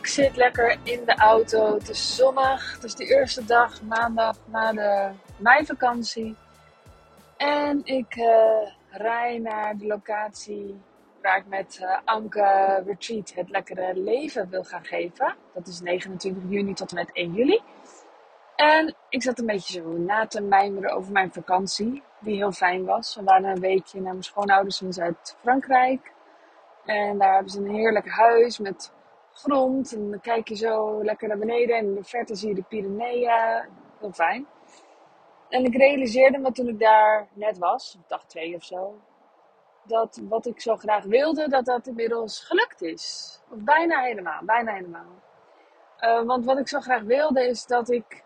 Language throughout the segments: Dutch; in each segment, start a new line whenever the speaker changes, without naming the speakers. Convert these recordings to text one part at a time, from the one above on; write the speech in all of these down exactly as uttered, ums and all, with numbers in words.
zit lekker in de auto. Het is zonnig. Het is de eerste dag, maandag na de meivakantie. En ik uh, rij naar de locatie waar ik met uh, Anke Retreat het lekkere leven wil gaan geven. Dat is negenentwintig juni tot en met één juli. En ik zat een beetje zo na te mijmeren over mijn vakantie, die heel fijn was. We waren een weekje naar mijn schoonouders in Zuid-Frankrijk. En daar hebben ze een heerlijk huis met grond. En dan kijk je zo lekker naar beneden en in de verte zie je de Pyreneeën. Heel fijn. En ik realiseerde me toen ik daar net was, op dag twee of zo, dat wat ik zo graag wilde, dat dat inmiddels gelukt is. Of bijna helemaal, bijna helemaal. Uh, want wat ik zo graag wilde is dat ik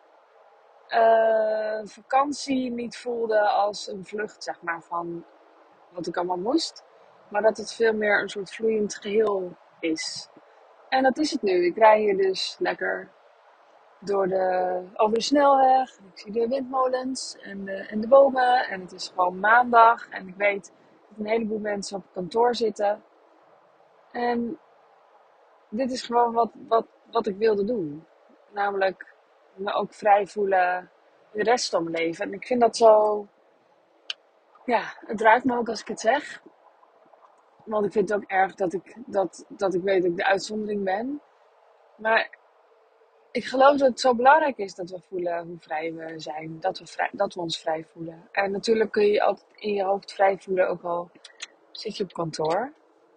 uh, vakantie niet voelde als een vlucht, zeg maar, van wat ik allemaal moest. Maar dat het veel meer een soort vloeiend geheel is. En dat is het nu. Ik rij hier dus lekker door de, over de snelweg. Ik zie de windmolens en de, en de bomen. En het is gewoon maandag. En ik weet dat een heleboel mensen op kantoor zitten. En dit is gewoon wat, wat, wat ik wilde doen. Namelijk me ook vrij voelen in de rest van mijn leven. En ik vind dat zo... Ja, het raakt me ook als ik het zeg. Want ik vind het ook erg dat ik, dat, dat ik weet dat ik de uitzondering ben. Maar ik geloof dat het zo belangrijk is dat we voelen hoe vrij we zijn. Dat we, vrij, dat we ons vrij voelen. En natuurlijk kun je je altijd in je hoofd vrij voelen, ook al zit je op kantoor.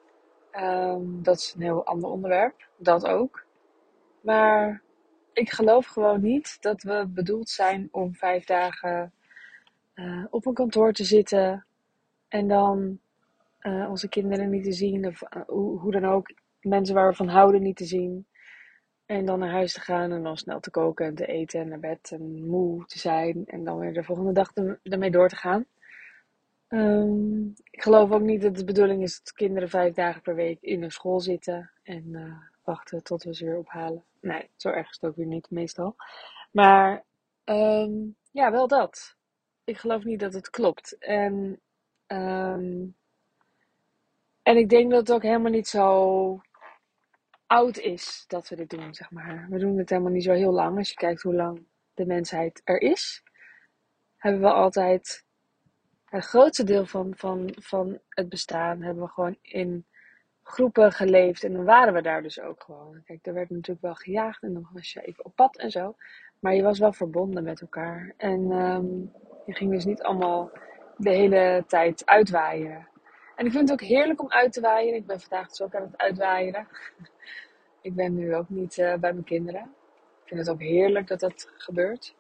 Um, dat is een heel ander onderwerp. Dat ook. Maar ik geloof gewoon niet dat we bedoeld zijn om vijf dagen uh, op een kantoor te zitten. En dan uh, onze kinderen niet te zien. Of uh, hoe, hoe dan ook. Mensen waar we van houden niet te zien. En dan naar huis te gaan en dan snel te koken en te eten en naar bed en moe te zijn. En dan weer de volgende dag ermee door te gaan. Um, ik geloof ook niet dat de bedoeling is dat kinderen vijf dagen per week in een school zitten. En uh, wachten tot we ze weer ophalen. Nee, zo erg is het ook weer niet meestal. Maar um, ja, wel dat. Ik geloof niet dat het klopt. En, um, en ik denk dat het ook helemaal niet zo... oud is dat we dit doen, zeg maar. We doen het helemaal niet zo heel lang. Als je kijkt hoe lang de mensheid er is, hebben we altijd het grootste deel van, van, van het bestaan hebben we gewoon in groepen geleefd. En dan waren we daar dus ook gewoon. Kijk, er werd natuurlijk wel gejaagd en dan was je even op pad en zo. Maar je was wel verbonden met elkaar. En um, je ging dus niet allemaal de hele tijd uitwaaien. En ik vind het ook heerlijk om uit te waaien. Ik ben vandaag dus ook aan het uitwaaien. Ik ben nu ook niet uh, bij mijn kinderen. Ik vind het ook heerlijk dat dat gebeurt.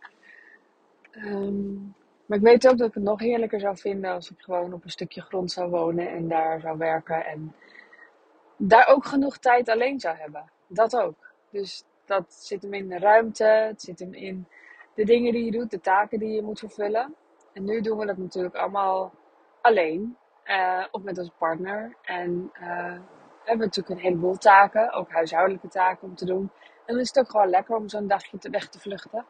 Um, maar ik weet ook dat ik het nog heerlijker zou vinden als ik gewoon op een stukje grond zou wonen en daar zou werken. En daar ook genoeg tijd alleen zou hebben. Dat ook. Dus dat zit hem in de ruimte. Het zit hem in de dingen die je doet. De taken die je moet vervullen. En nu doen we dat natuurlijk allemaal alleen. Uh, of met onze partner. En... Uh, we hebben natuurlijk een heleboel taken, ook huishoudelijke taken om te doen. En dan is het ook gewoon lekker om zo'n dagje te weg te vluchten.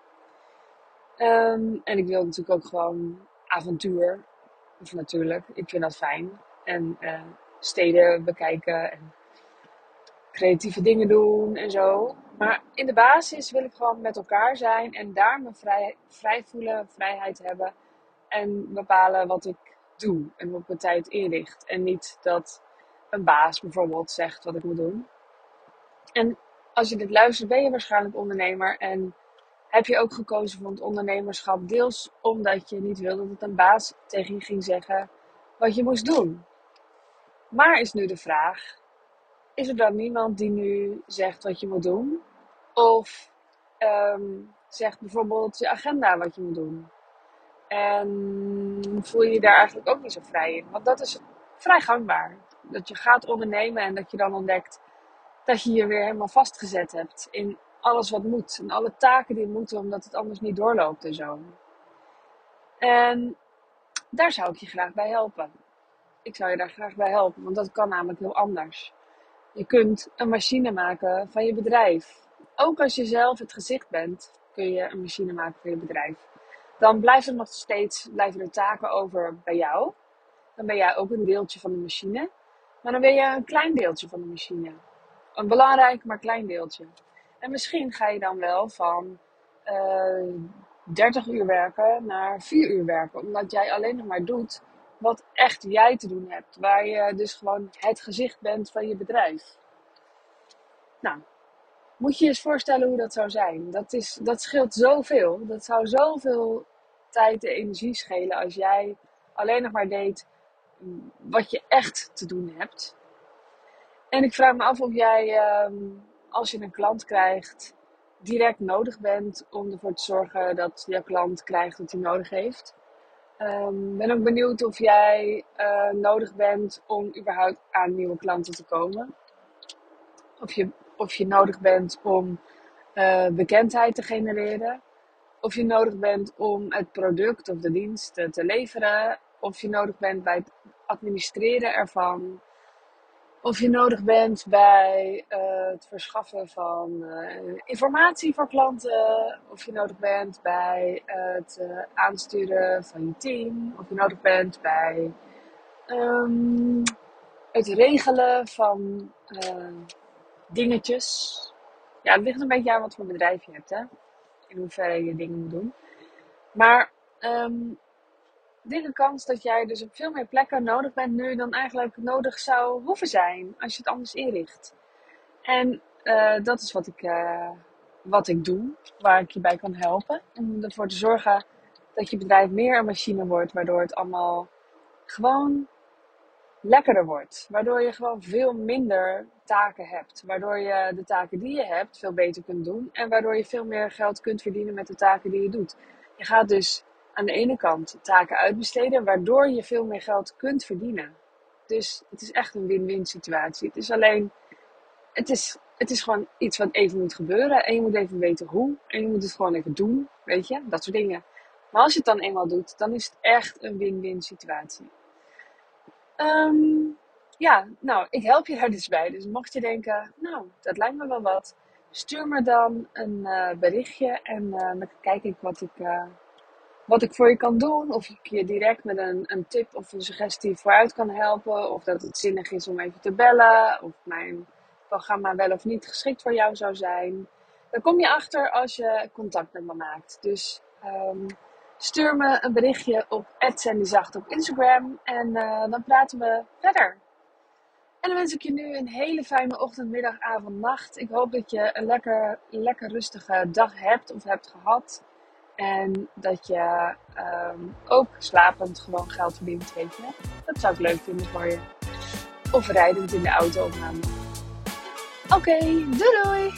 Um, en ik wil natuurlijk ook gewoon avontuur. Of natuurlijk, ik vind dat fijn. En uh, steden bekijken en creatieve dingen doen en zo. Maar in de basis wil ik gewoon met elkaar zijn en daar me vrij, vrij voelen, vrijheid hebben. En bepalen wat ik doe en op mijn tijd inricht. En niet dat een baas bijvoorbeeld zegt wat ik moet doen. En als je dit luistert, ben je waarschijnlijk ondernemer. En heb je ook gekozen voor het ondernemerschap. Deels omdat je niet wilde dat een baas tegen je ging zeggen wat je moest doen. Maar is nu de vraag, is er dan niemand die nu zegt wat je moet doen? Of um, zegt bijvoorbeeld je agenda wat je moet doen? En voel je je daar eigenlijk ook niet zo vrij in? Want dat is vrij gangbaar. Dat je gaat ondernemen en dat je dan ontdekt dat je je weer helemaal vastgezet hebt in alles wat moet. En alle taken die moeten, omdat het anders niet doorloopt en zo. En daar zou ik je graag bij helpen. Ik zou je daar graag bij helpen, want dat kan namelijk heel anders. Je kunt een machine maken van je bedrijf. Ook als je zelf het gezicht bent, kun je een machine maken van je bedrijf. Dan blijft er nog steeds, blijven er taken over bij jou. Dan ben jij ook een deeltje van de machine. Maar dan ben je een klein deeltje van de machine. een belangrijk, maar klein deeltje. En misschien ga je dan wel van uh, dertig uur werken naar vier uur werken. Omdat jij alleen nog maar doet wat echt jij te doen hebt. Waar je dus gewoon het gezicht bent van je bedrijf. Nou, moet je je eens voorstellen hoe dat zou zijn. Dat, is, dat scheelt zoveel. Dat zou zoveel tijd en energie schelen als jij alleen nog maar deed wat je echt te doen hebt. En ik vraag me af of jij, um, als je een klant krijgt, direct nodig bent om ervoor te zorgen dat je klant krijgt wat hij nodig heeft. Ik um, ben ook benieuwd of jij uh, nodig bent om überhaupt aan nieuwe klanten te komen. Of je, of je nodig bent om uh, bekendheid te genereren. Of je nodig bent om het product of de dienst uh, te leveren. Of je nodig bent bij het administreren ervan. Of je nodig bent bij uh, het verschaffen van uh, informatie voor klanten. Of je nodig bent bij het uh, aansturen van je team. Of je nodig bent bij um, het regelen van uh, dingetjes. Ja, het ligt een beetje aan wat voor bedrijf je hebt, hè. In hoeverre je dingen moet doen. Maar um, dikke kans dat jij dus op veel meer plekken nodig bent nu dan eigenlijk nodig zou hoeven zijn als je het anders inricht. En uh, dat is wat ik, uh, wat ik doe, waar ik je bij kan helpen. Om ervoor te zorgen dat je bedrijf meer een machine wordt, waardoor het allemaal gewoon lekkerder wordt. Waardoor je gewoon veel minder taken hebt. Waardoor je de taken die je hebt veel beter kunt doen. En waardoor je veel meer geld kunt verdienen met de taken die je doet. Je gaat dus aan de ene kant taken uitbesteden, waardoor je veel meer geld kunt verdienen. Dus het is echt een win-win situatie. Het is alleen, het is, het is gewoon iets wat even moet gebeuren. En je moet even weten hoe. En je moet het gewoon even doen. Weet je, dat soort dingen. Maar als je het dan eenmaal doet, dan is het echt een win-win situatie. Um, ja, nou, ik help je daar dus bij. Dus mocht je denken, nou, dat lijkt me wel wat. Stuur me dan een uh, berichtje. En uh, dan kijk ik wat ik... Uh, Wat ik voor je kan doen, of ik je direct met een, een tip of een suggestie vooruit kan helpen. Of dat het zinnig is om even te bellen. Of mijn programma wel of niet geschikt voor jou zou zijn. Daar kom je achter als je contact met me maakt. Dus um, stuur me een berichtje op at sandyzacht op Instagram. En uh, dan praten we verder. En dan wens ik je nu een hele fijne ochtend, middag, avond, nacht. Ik hoop dat je een lekker, lekker rustige dag hebt of hebt gehad. En dat je um, ook slapend gewoon geld verdient, weet je. Dat zou ik leuk vinden voor je. Of rijdend in de auto op maandag. Oké, okay, doei doei!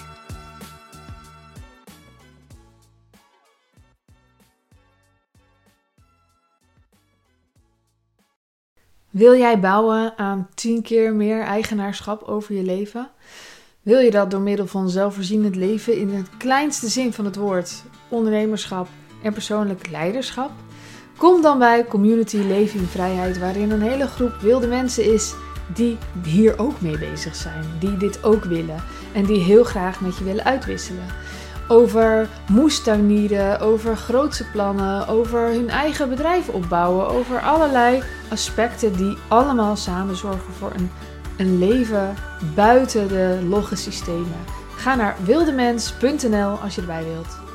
Wil jij bouwen aan tien keer meer eigenaarschap over je leven? Wil je dat door middel van zelfvoorzienend leven in het kleinste zin van het woord, ondernemerschap en persoonlijk leiderschap? Kom dan bij Community Leven in Vrijheid, waarin een hele groep wilde mensen is die hier ook mee bezig zijn, die dit ook willen en die heel graag met je willen uitwisselen. Over moestuinieren, over grootse plannen, over hun eigen bedrijf opbouwen, over allerlei aspecten die allemaal samen zorgen voor een, een leven buiten de logge systemen. Ga naar wildemens punt n l als je erbij wilt.